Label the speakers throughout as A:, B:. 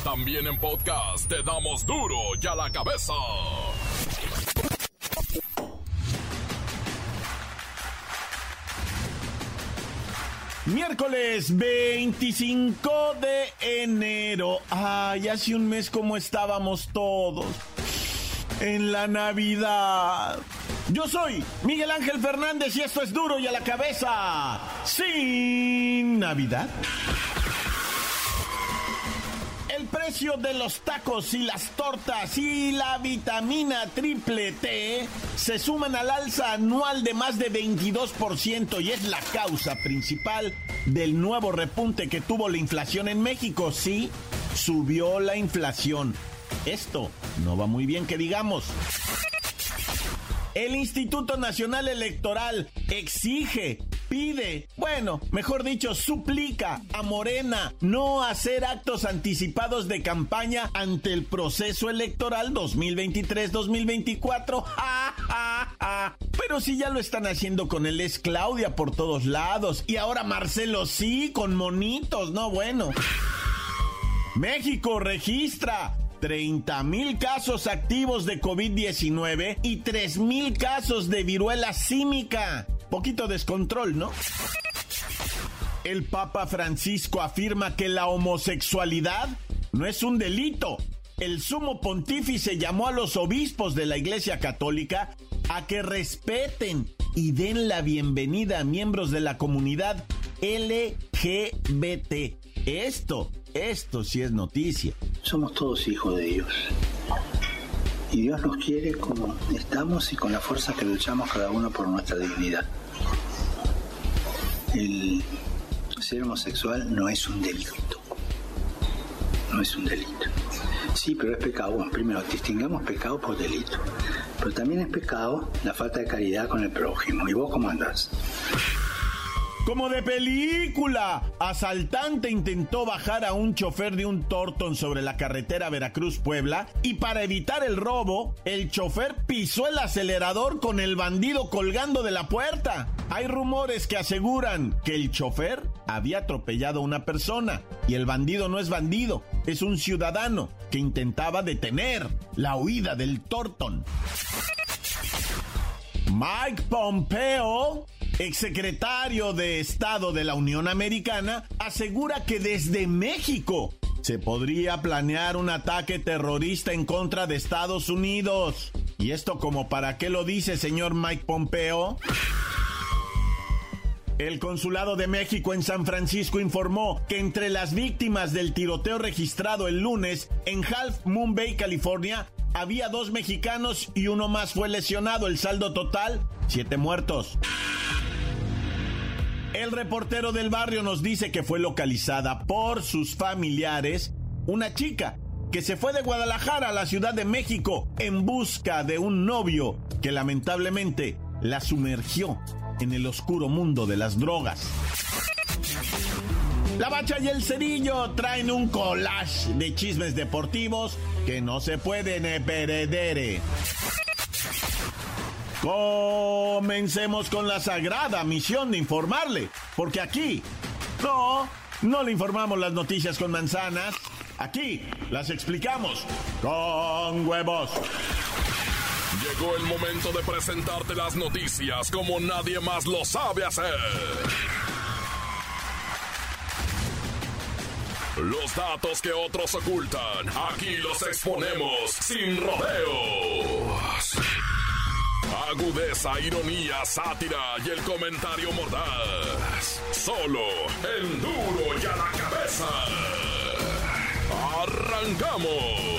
A: También en podcast te damos duro y a la cabeza.
B: Miércoles 25 de enero. Ay, hace un mes como estábamos todos. En la Navidad. Yo soy Miguel Ángel Fernández y esto es Duro y a la Cabeza. Sin Navidad. El precio de los tacos y las tortas y la vitamina triple T se suman al alza anual de más de 22% y es la causa principal del nuevo repunte que tuvo la inflación en México. Sí, subió la inflación. Esto no va muy bien, que digamos. El Instituto Nacional Electoral pide, mejor dicho, suplica a Morena no hacer actos anticipados de campaña ante el proceso electoral 2023-2024. Pero si ya lo están haciendo con el ex Claudia por todos lados y ahora Marcelo sí, con monitos, México registra 30,000 casos activos de COVID-19 y 3,000 casos de viruela símica. Poquito descontrol, ¿no? El Papa Francisco afirma que la homosexualidad no es un delito. El sumo pontífice llamó a los obispos de la Iglesia Católica a que respeten y den la bienvenida a miembros de la comunidad LGBT. Esto sí es noticia.
C: Somos todos hijos de Dios. Y Dios nos quiere como estamos y con la fuerza que luchamos cada uno por nuestra dignidad. El ser homosexual no es un delito. No es un delito. Sí, pero es pecado. Bueno, primero, distingamos pecado por delito. Pero también es pecado la falta de caridad con el prójimo. ¿Y vos cómo andás?
B: Como de película, asaltante intentó bajar a un chofer de un Torton sobre la carretera Veracruz-Puebla y para evitar el robo, el chofer pisó el acelerador con el bandido colgando de la puerta. Hay rumores que aseguran que el chofer había atropellado a una persona y el bandido no es bandido, es un ciudadano que intentaba detener la huida del Torton. Mike Pompeo, exsecretario de Estado de la Unión Americana, asegura que desde México se podría planear un ataque terrorista en contra de Estados Unidos. ¿Y esto como para qué lo dice, señor Mike Pompeo? El Consulado de México en San Francisco informó que entre las víctimas del tiroteo registrado el lunes en Half Moon Bay, California, había 2 mexicanos y uno más fue lesionado. El saldo total, 7 muertos. El reportero del barrio nos dice que fue localizada por sus familiares una chica que se fue de Guadalajara a la Ciudad de México en busca de un novio que lamentablemente la sumergió en el oscuro mundo de las drogas. La Bacha y el Cerillo traen un collage de chismes deportivos que no se pueden perder. Comencemos con la sagrada misión de informarle, porque aquí no le informamos las noticias con manzanas, aquí las explicamos con huevos.
A: Llegó el momento de presentarte las noticias como nadie más lo sabe hacer. Los datos que otros ocultan, aquí los exponemos sin rodeos. Agudeza, ironía, sátira y el comentario mordaz. Solo en Duro y a la Cabeza. ¡Arrancamos!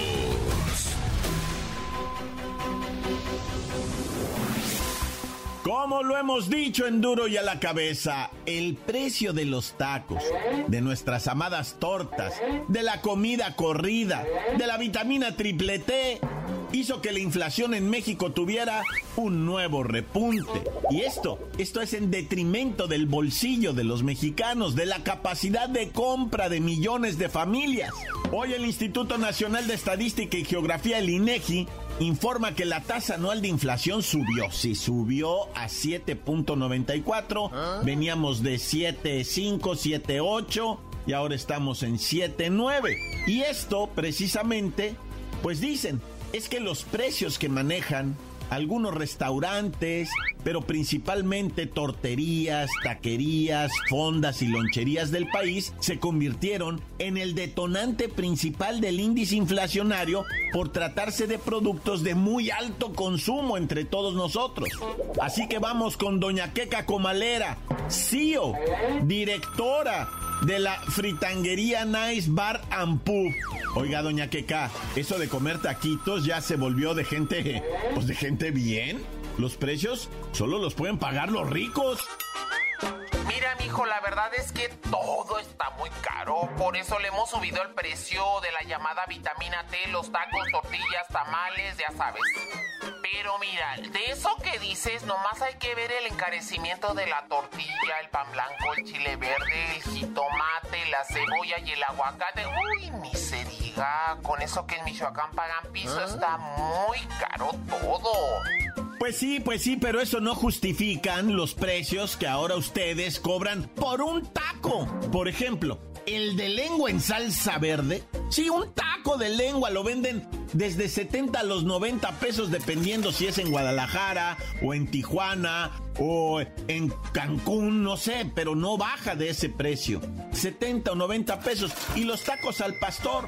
B: Como lo hemos dicho en Duro y a la Cabeza, el precio de los tacos, de nuestras amadas tortas, de la comida corrida, de la vitamina triple T, hizo que la inflación en México tuviera un nuevo repunte. Y esto es en detrimento del bolsillo de los mexicanos, de la capacidad de compra de millones de familias. Hoy el Instituto Nacional de Estadística y Geografía, el INEGI, informa que la tasa anual de inflación subió a 7.94, veníamos de 7.5, 7.8, y ahora estamos en 7.9. Y esto precisamente, pues dicen, es que los precios que manejan algunos restaurantes, pero principalmente torterías, taquerías, fondas y loncherías del país, se convirtieron en el detonante principal del índice inflacionario por tratarse de productos de muy alto consumo entre todos nosotros. Así que vamos con doña Queca Comalera, CEO, directora de la fritanguería Nice Bar and Pub. Oiga, doña Queca, eso de comer taquitos ya se volvió de gente, pues de gente bien. Los precios solo los pueden pagar los ricos.
D: Mira, mijo, la verdad es que todo está muy caro. Por eso le hemos subido el precio de la llamada vitamina T, los tacos, tortillas, tamales, ya sabes. Pero mira, de eso que dices, nomás hay que ver el encarecimiento de la tortilla, el pan blanco, el chile verde, el jitomate, la cebolla y el aguacate. Uy, ni se diga, con eso que en Michoacán pagan piso, está muy caro todo.
B: Pues sí, pero eso no justifican los precios que ahora ustedes cobran por un taco. Por ejemplo, el de lengua en salsa verde. Sí, un taco de lengua lo venden desde 70 a los 90 pesos, dependiendo si es en Guadalajara o en Tijuana o en Cancún, no sé, pero no baja de ese precio. 70 o 90 pesos. Y los tacos al pastor,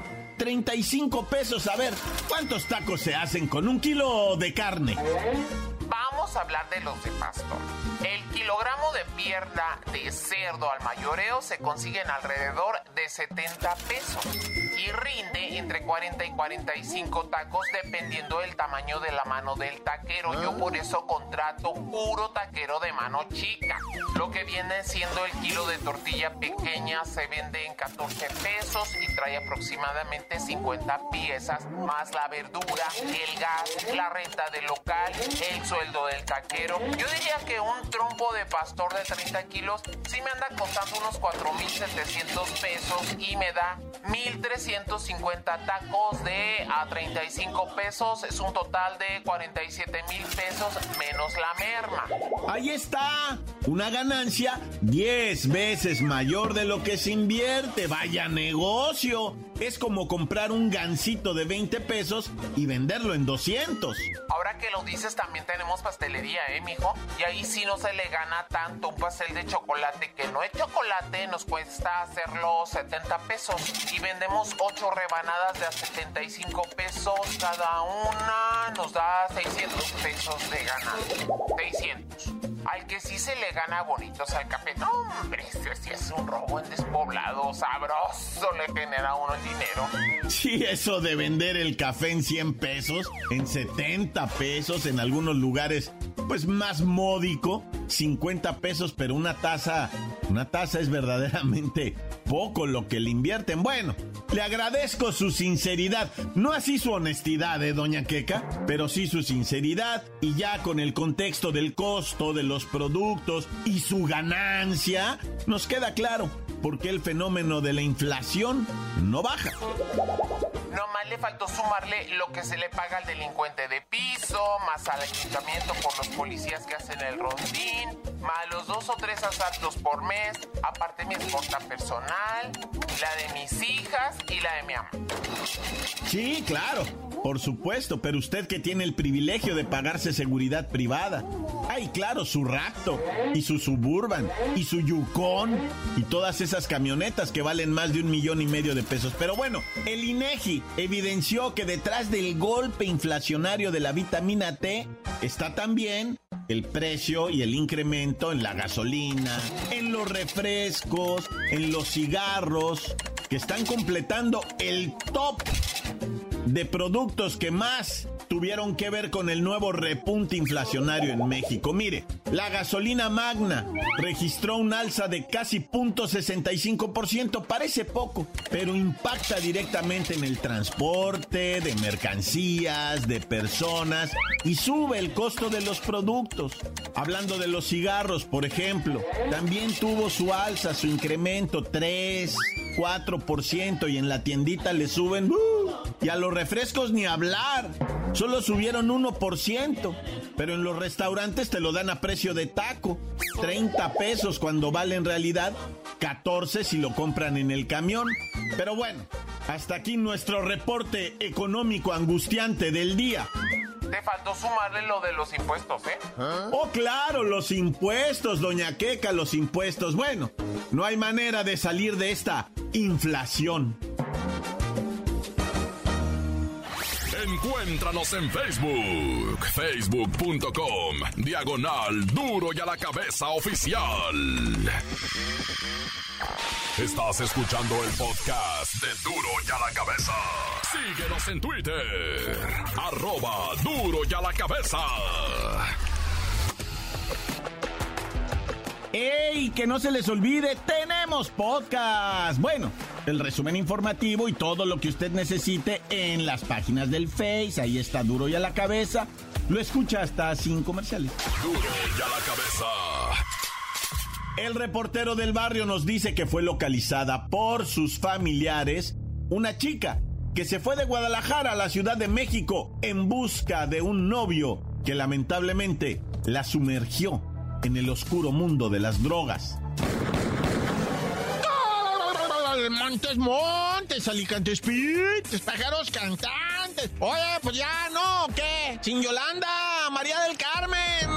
B: 35 pesos. A ver, ¿cuántos tacos se hacen con un kilo de carne?
D: Vamos a hablar de los de pastor. El kilogramo de pierna de cerdo al mayoreo se consigue en alrededor de 70 pesos y rinde entre 40 y 45 tacos dependiendo del tamaño de la mano del taquero. Yo por eso contrato puro taquero de mano chica. Lo que viene siendo el kilo de tortilla pequeña se vende en 14 pesos y trae aproximadamente 50 piezas, más la verdura, el gas, la renta del local, el sueldo del taquero. Yo diría que un trompo de pastor de 30 kilos sí me anda costando unos 4,700 pesos y me da 1,350 tacos de a 35 pesos. Es un total de 47,000 pesos menos la merma.
B: Ahí está, una ganancia 10 veces mayor de lo que se invierte. Vaya negocio. Es como comprar un gansito de 20 pesos y venderlo en 200.
D: Ahora que lo dices, también tenemos pastelería, mijo? Y ahí sí no se le gana tanto. Un pastel de chocolate que no es chocolate nos cuesta hacerlo 70 pesos. Y vendemos 8 rebanadas de a 75 pesos cada una. Nos da 600 pesos de ganancia. 600. Al que sí se le gana bonitos al café. No, hombre, ese sí es un robo en despoblado. Sabroso le genera a uno el dinero.
B: Sí, eso de vender el café en 100 pesos, en 70 pesos, en algunos lugares, pues más módico, 50 pesos, pero una taza es verdaderamente poco lo que le invierten. Bueno, le agradezco su sinceridad, no así su honestidad, doña Queca, pero sí su sinceridad, y ya con el contexto del costo de los productos y su ganancia, nos queda claro por qué el fenómeno de la inflación no baja.
D: Nomás le faltó sumarle lo que se le paga al delincuente de piso, más al ayuntamiento por los policías que hacen el rondín, más los 2 o 3 asaltos por mes, aparte mi escolta personal, la de mis hijas y la de mi ama.
B: Sí, claro, por supuesto, pero usted que tiene el privilegio de pagarse seguridad privada. Ay, claro, su Raptor y su Suburban y su Yukon y todas esas camionetas que valen más de 1,5 millones de pesos. Pero bueno, el INEGI evidenció que detrás del golpe inflacionario de la vitamina T está también el precio y el incremento en la gasolina, en los refrescos, en los cigarros, que están completando el top de productos que más tuvieron que ver con el nuevo repunte inflacionario en México. Mire, la gasolina Magna registró un alza de casi 0.65%, parece poco, pero impacta directamente en el transporte de mercancías, de personas, y sube el costo de los productos. Hablando de los cigarros, por ejemplo, también tuvo su alza, su incremento, 3-4%, y en la tiendita le suben, y a los refrescos ni hablar, solo subieron 1%, pero en los restaurantes te lo dan a precio de taco, 30 pesos cuando vale en realidad 14 si lo compran en el camión. Pero bueno, hasta aquí nuestro reporte económico angustiante del día.
D: Te faltó sumarle lo de los impuestos, ¿eh?
B: Oh, claro, los impuestos, doña Queca, los impuestos. Bueno, no hay manera de salir de esta inflación.
A: Encuéntranos en Facebook, facebook.com/Duro y a la Cabeza Oficial. Estás escuchando el podcast de Duro y a la Cabeza. Síguenos en Twitter, @Duro y a la Cabeza.
B: ¡Ey! Que no se les olvide, tenemos podcast. Bueno, el resumen informativo y todo lo que usted necesite en las páginas del Face. Ahí está Duro y a la Cabeza. Lo escucha hasta sin comerciales.
A: Duro y a la Cabeza.
B: El reportero del barrio nos dice que fue localizada por sus familiares una chica que se fue de Guadalajara a la Ciudad de México en busca de un novio que lamentablemente la sumergió en el oscuro mundo de las drogas.
E: Montes, alicantes, pintes, pájaros cantantes. Oye, pues ya, ¿no? ¿Qué? Sin Yolanda, María del Carmen.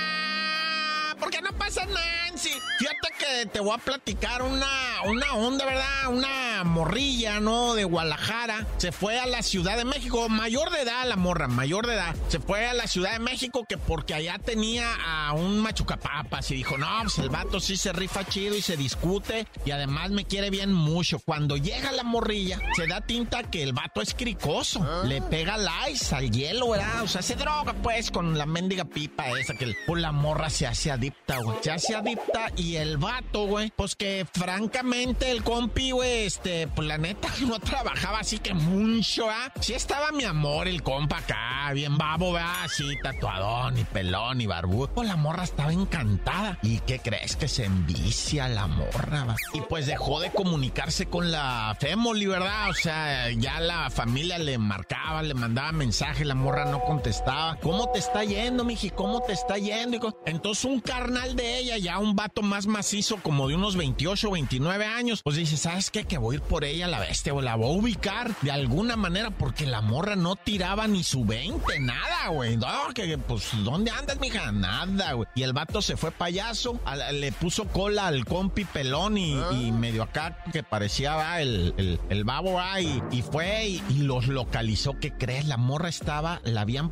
E: ¿Por qué no pasa Nancy? Fíjate que te voy a platicar una onda, ¿verdad? Una morrilla, ¿no? De Guadalajara. Se fue a la Ciudad de México. Mayor de edad la morra, mayor de edad. Se fue a la Ciudad de México que porque allá tenía a un machucapapas. Y dijo, no, pues el vato sí se rifa chido y se discute. Y además me quiere bien mucho. Cuando llega la morrilla, se da tinta que el vato es cricoso. Le pega al ice, al hielo, ¿verdad? O sea, se droga, pues, con la mendiga pipa esa que pues, la morra se hace adicta, güey. Se hace adicta y el vato, güey, pues que francamente el compi, güey, pues la neta no trabajaba así que mucho, ¿ah? Sí estaba mi amor, el compa acá, bien babo, ¿verdad? Así tatuadón y pelón y barbudo. Pues la morra estaba encantada. ¿Y qué crees? Que se envicia la morra, ¿va? Y pues dejó de comunicarse con la Femoli, ¿verdad? O sea, ya la familia le marcaba, le mandaba mensaje, la morra no contestaba. ¿Cómo te está yendo, miji? ¿Cómo te está yendo? Entonces un carnal de ella, ya un vato más macizo, como de unos 28 o 29 años, pues dice, ¿sabes qué? Que voy a ir por ella, la bestia, o la voy a ubicar de alguna manera, porque la morra no tiraba ni su 20, nada, güey. No, que pues, ¿dónde andas, mija? Nada, güey. Y el vato se fue payaso, le puso cola al compi pelón y medio acá, que parecía, ¿va? el babo, ¿va? Y fue y los localizó. ¿Qué crees? La morra estaba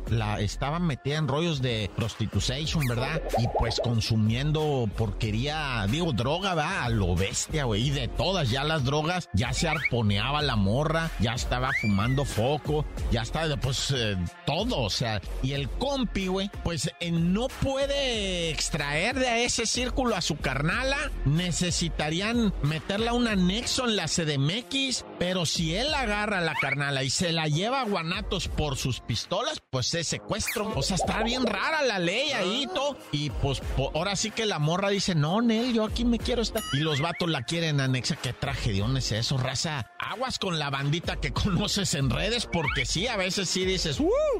E: metida en rollos de prostitution, ¿verdad? Y pues consumiendo porquería, digo, droga, va, a lo bestia, güey, y de todas, ya las drogas, ya se arponeaba la morra, ya estaba fumando foco, ya estaba, pues, todo, o sea, y el compi, güey, pues, no puede extraer de ese círculo a su carnala, necesitarían meterla a un anexo en la CDMX, pero si él agarra a la carnala y se la lleva a Guanatos por sus pistolas, pues es secuestro, o sea, está bien rara la ley ahí, todo, y pues, ahora sí que la morra dice, no, Nel, yo aquí me quiero estar. Y los vatos la quieren anexar. ¿Qué tragedión es eso, raza? Aguas con la bandita que conoces en redes, porque sí, a veces sí dices,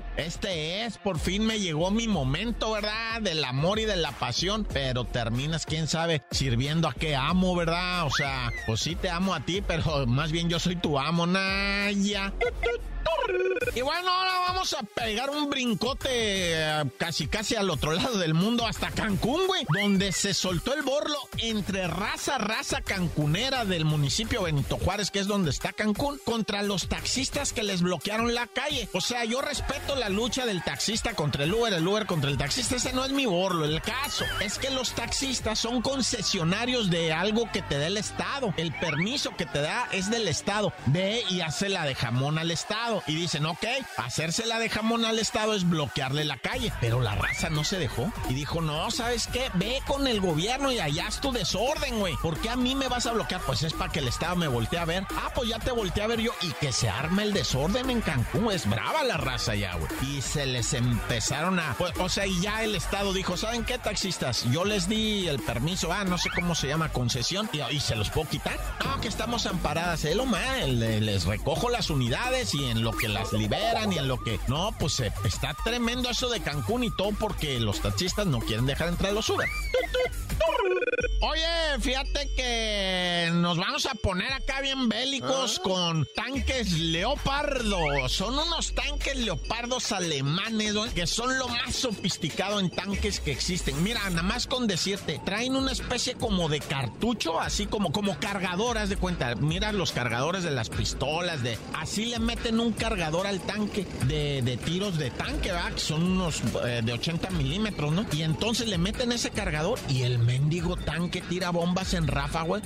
E: por fin me llegó mi momento, ¿verdad? Del amor y de la pasión, pero terminas, quién sabe, sirviendo a qué amo, ¿verdad? O sea, pues sí te amo a ti, pero más bien yo soy tu amo, Naya. Y bueno, ahora vamos a pegar un brincote casi al otro lado del mundo, hasta Cancún, güey, donde se soltó el borlo entre raza cancunera del municipio Benito Juárez, que es donde está Cancún, contra los taxistas que les bloquearon la calle. O sea, yo respeto la lucha del taxista contra el Uber contra el taxista, ese no es mi borlo. El caso es que los taxistas son concesionarios de algo que te da el Estado. El permiso que te da es del Estado, ve y hazla de jamón al Estado. Y dicen, ok, hacérsela de jamón al Estado es bloquearle la calle. Pero la raza no se dejó y dijo, no, ¿sabes qué? Ve con el gobierno y allá es tu desorden, güey. ¿Por qué a mí me vas a bloquear? Pues es para que el Estado me voltee a ver. Ah, pues ya te volteé a ver yo. Y que se arme el desorden en Cancún. Es brava la raza ya, güey. Y se les empezaron a... Pues, o sea, y ya el Estado dijo, ¿saben qué, taxistas? Yo les di el permiso, no sé cómo se llama, concesión, y se los puedo quitar. No, que estamos amparadas, les recojo las unidades y en lo que las liberan y en lo que... No, pues está tremendo eso de Cancún y todo porque los taxistas no quieren dejar entrar a los Uber. Oye, fíjate que nos vamos a poner acá bien bélicos con tanques Leopardo. Son unos tanques Leopardos alemanes, ¿no?, que son lo más sofisticado en tanques que existen. Mira, nada más con decirte, traen una especie como de cartucho, así como cargadoras de cuenta. Mira los cargadores de las pistolas, así le meten un cargador al tanque de tiros de tanque, ¿verdad? Que son unos de 80 milímetros, ¿no? Y entonces le meten ese cargador y el mendigo tanque tira bombas en ráfaga, güey.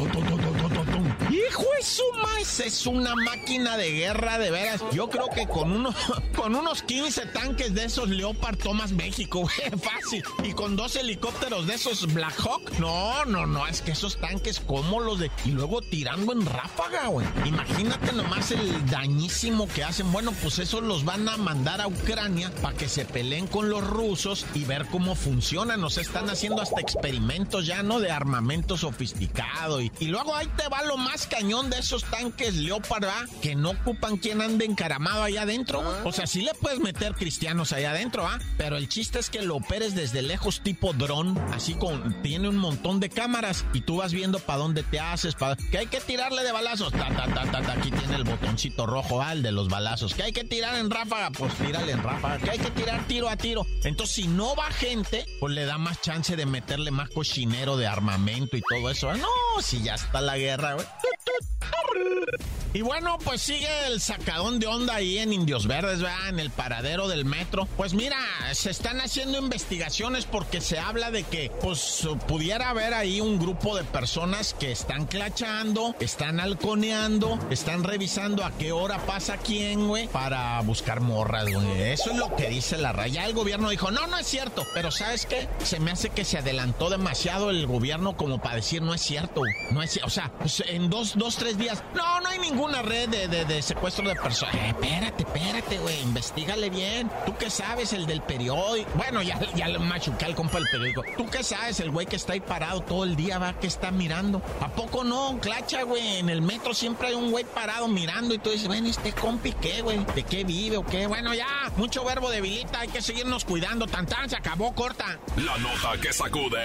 E: ¡Hijo de su maíz! Es una máquina de guerra, de veras. Yo creo que con unos 15 tanques de esos Leopard tomas México, güey, fácil. Y con 2 helicópteros de esos Black Hawk. No, es que esos tanques, ¿cómo los de...? Y luego tirando en ráfaga, güey. Imagínate nomás el dañísimo que hacen. Bueno, pues esos los van a mandar a Ucrania para que se peleen con los rusos y ver cómo funcionan. O sea, están haciendo hasta experimentos ya, ¿no?, de armamento sofisticado. Y luego ahí te va lo más cañón de esos tanques Leopard, ¿verdad? Que no ocupan quien ande encaramado allá adentro, güey. O sea, sí le puedes meter cristianos allá adentro, ¿ah? Pero el chiste es que lo operes desde lejos tipo dron, así tiene un montón de cámaras y tú vas viendo para dónde te haces, que hay que tirarle de balazos, aquí tiene el botoncito rojo, el de los balazos, que hay que tirar en ráfaga, pues tírale en ráfaga, que hay que tirar tiro a tiro. Entonces, si no va gente, pues le da más chance de meterle más cochinero de armamento y todo eso. No, si ya está la guerra, güey. Y bueno, pues sigue el sacadón de onda ahí en Indios Verdes, ¿verdad? En el paradero del metro. Pues mira, se están haciendo investigaciones porque se habla de que, pues, pudiera haber ahí un grupo de personas que están clachando, están halconeando, están revisando a qué hora pasa quién, güey, para buscar morras, güey. Eso es lo que dice la raya. El gobierno dijo, no es cierto. Pero ¿sabes qué? Se me hace que se adelantó demasiado el gobierno como para decir, no es cierto. No es, o sea, pues en 3 días, no hay ninguna red de secuestro de personas. Espérate, güey, investígale bien. ¿Tú qué sabes? El del periódico. Bueno, ya le machuqué al compa del periódico. ¿Tú qué sabes? El güey que está ahí parado todo el día, va, que está mirando. ¿A poco no? Clacha, güey. En el metro siempre hay un güey parado mirando y tú dices, bueno, ¿este compi qué, güey? ¿De qué vive o qué? Bueno, ya, mucho verbo debilita, hay que seguirnos cuidando. Tan, se acabó, corta.
A: La nota que sacude.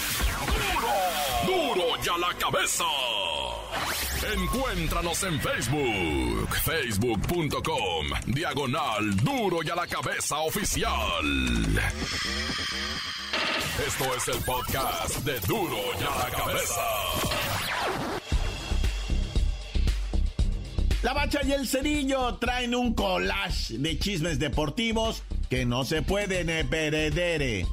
A: ¡Duro ya la cabeza! Encuéntranos en Facebook, facebook.com/Duro y a la Cabeza Oficial. Esto es el podcast de Duro y a la Cabeza.
B: La Bacha y el Cerillo traen un collage de chismes deportivos que no se pueden perder.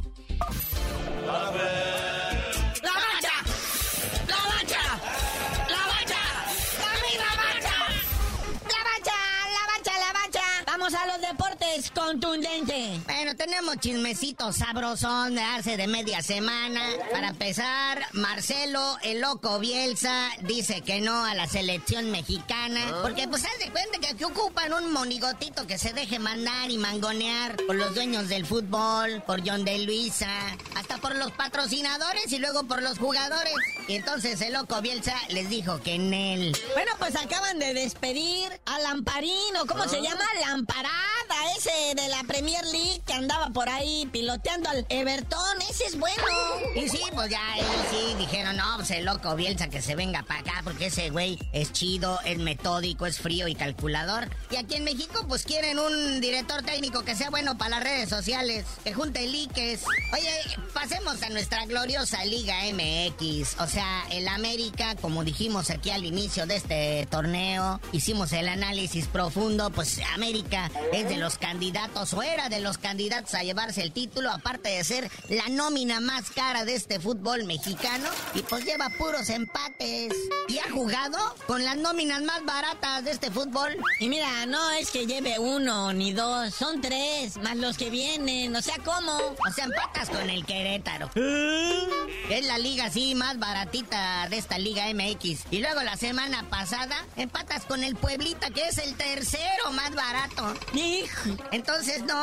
F: A los deportes contundentes. Bueno, tenemos chismecitos sabrosón de hace de media semana. Para empezar, Marcelo, el loco Bielsa, dice que no a la selección mexicana. Porque pues haz de cuenta que aquí ocupan un monigotito que se deje mandar y mangonear por los dueños del fútbol, por John de Luisa, hasta por los patrocinadores y luego por los jugadores. Y entonces el loco Bielsa les dijo que en él. Bueno, pues acaban de despedir a Lamparino. ¿Cómo se llama? Lamparada, ese de la Premier League que andaba por ahí piloteando al Everton. Ese es bueno. Y sí, pues ya ellos sí dijeron, no, pues el loco Bielsa que se venga para acá porque ese güey es chido, es metódico, es frío y calculador. Y aquí en México pues quieren un director técnico que sea bueno para las redes sociales, que junte likes. Oye, pasemos a nuestra gloriosa Liga MX. O sea, el América, como dijimos aquí al inicio de este torneo, hicimos el análisis profundo, pues América es de los candidatos o era de los candidatos a llevarse el título, aparte de ser la nómina más cara de este fútbol mexicano, y pues lleva puros empates y ha jugado con las nóminas más baratas de este fútbol. Y mira, no es que lleve 1 ni 2, son 3 más los que vienen. O sea, ¿cómo? O sea, empatas con el Querétaro, es la liga así más baratita de esta Liga MX, y luego la semana pasada empatas con el Pueblita, que es el tercero más barato. Entonces no, el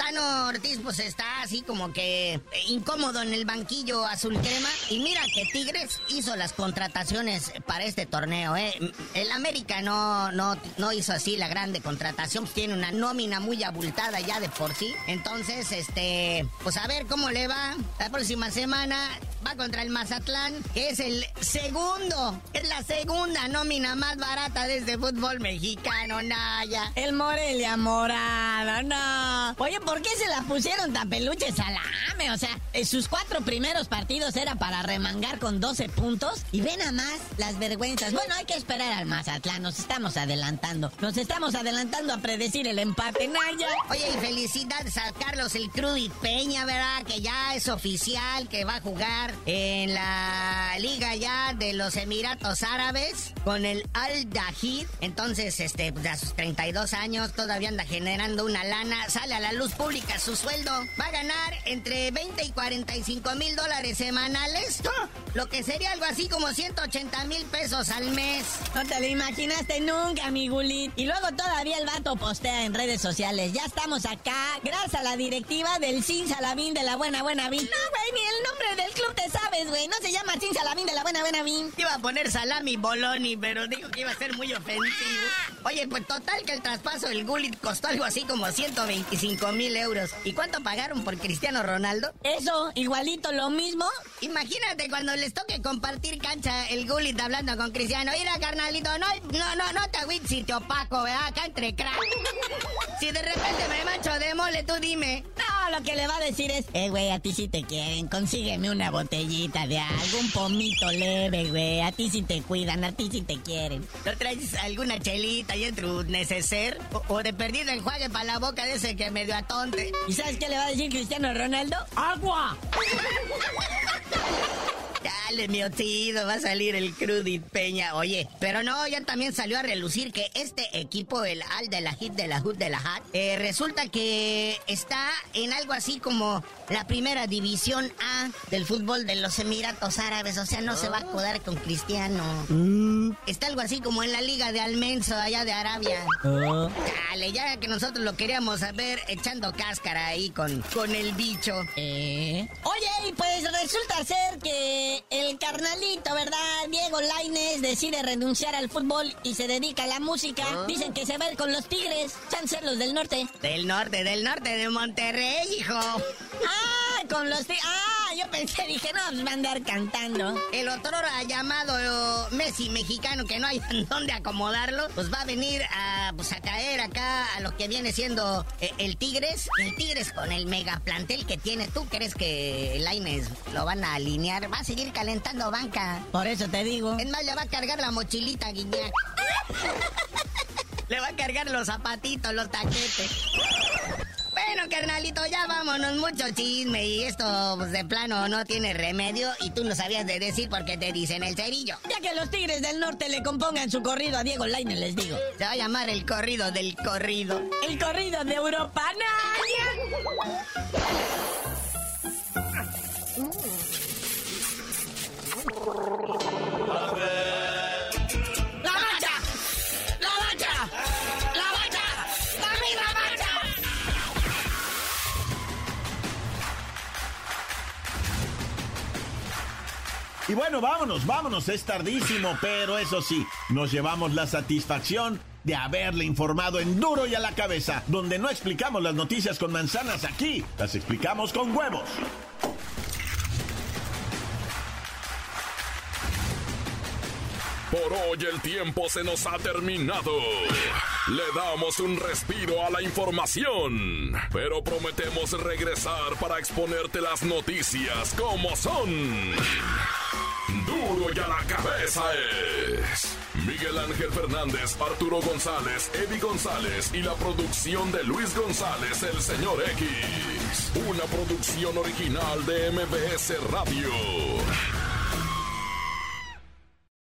F: Tano Ortiz pues está así como que incómodo en el banquillo azul crema. Y mira que Tigres hizo las contrataciones para este torneo, El América no hizo así la grande contratación, pues tiene una nómina muy abultada ya de por sí. Entonces, pues a ver cómo le va. La próxima semana va contra el Mazatlán, que es la segunda nómina más barata de este fútbol mexicano, Naya.
G: El Morelia morado, no. Oye, ¿por qué se la pusieron tan peluche salame? O sea, sus 4 primeros partidos era para remangar con 12 puntos. Y ven a más las vergüenzas. Bueno, hay que esperar al Mazatlán. Nos estamos adelantando a predecir el empate, Naya.
F: Oye, y felicidades a Carlos el Crudit Peña, ¿verdad? Que ya es oficial, que va a jugar en la liga ya de los Emiratos Árabes con el Al-Dahid. Entonces, pues a sus 32 años todavía anda generando una lana. Sale a la luz pública su sueldo. Va a ganar entre 20 y 45 mil dólares semanales. Lo que sería algo así como 180 mil pesos al mes.
G: No te lo imaginaste nunca, mi Gulit. Y luego todavía el vato postea en redes sociales. Ya estamos acá, gracias a la directiva del Sin Salabín de la Buena Vin. No, güey, ni el nombre del club te sabes, güey. No se llama Sin Salabín de la Buena Vin.
F: Iba a poner Salami Boloni, pero dijo que iba a ser muy ofensivo. Oye, pues total que el traspaso del Gullit costó algo así como 125 mil euros. ¿Y cuánto pagaron por Cristiano Ronaldo?
G: Eso, igualito lo mismo.
F: Imagínate cuando les toque compartir cancha el Gullit hablando con Cristiano. Mira, carnalito, no te agüites si te opaco, ¿verdad? Acá entre crack. Si de repente me mancho de mole, tú dime.
G: No, lo que le va a decir es, güey, a ti sí te quieren, consígueme una botellita de algún pomito leve, güey. A ti sí te cuidan, a ti sí te quieren.
F: ¿No traes alguna chelita y en tu neceser? O de perdido enjuague para la boca de ese que medio atonte.
G: ¿Y sabes qué le va a decir Cristiano Ronaldo? ¡Agua!
F: Dale, mi otido, va a salir el Crudit Peña. Oye, pero no, ya también salió a relucir que este equipo, el Al-Dahid de la Hat, resulta que está en algo así como la primera división A del fútbol de los Emiratos Árabes. O sea, no se va a acodar con Cristiano. Está algo así como en la liga de Almenso, allá de Arabia. Dale, ya que nosotros lo queríamos ver echando cáscara ahí con el bicho.
G: Oye, y pues resulta ser que el carnalito, ¿verdad? Diego Lainez decide renunciar al fútbol y se dedica a la música. Dicen que se va a ir con los Tigres, ser los del norte.
F: Del norte de Monterrey, hijo.
G: Con los Tigres. Yo pensé, dije, no, pues va a andar cantando.
F: El otrora llamado Messi mexicano, que no hay dónde acomodarlo, pues va a venir a caer acá a lo que viene siendo el Tigres. El Tigres con el mega plantel que tiene. ¿Tú crees que Lainez lo van a alinear? Va a seguir calentando banca.
G: Por eso te digo.
F: Es más, le va a cargar la mochilita, Guiñac. Le va a cargar los zapatitos, los taquetes. Bueno, carnalito, ya vámonos, mucho chisme y esto pues, de plano no tiene remedio y tú no sabías de decir porque te dicen el cerillo.
G: Ya que los Tigres del Norte le compongan su corrido a Diego Lainez, les digo.
F: Se va a llamar el corrido del corrido.
G: El corrido de Europa, Naya.
B: Y bueno, vámonos, es tardísimo, pero eso sí, nos llevamos la satisfacción de haberle informado en Duro y a la Cabeza, donde no explicamos las noticias con manzanas, aquí las explicamos con huevos.
A: Por hoy el tiempo se nos ha terminado. Le damos un respiro a la información, pero prometemos regresar para exponerte las noticias como son. Duro y a la Cabeza es Miguel Ángel Fernández, Arturo González, Eddie González y la producción de Luis González, el señor X. Una producción original de MBS Radio.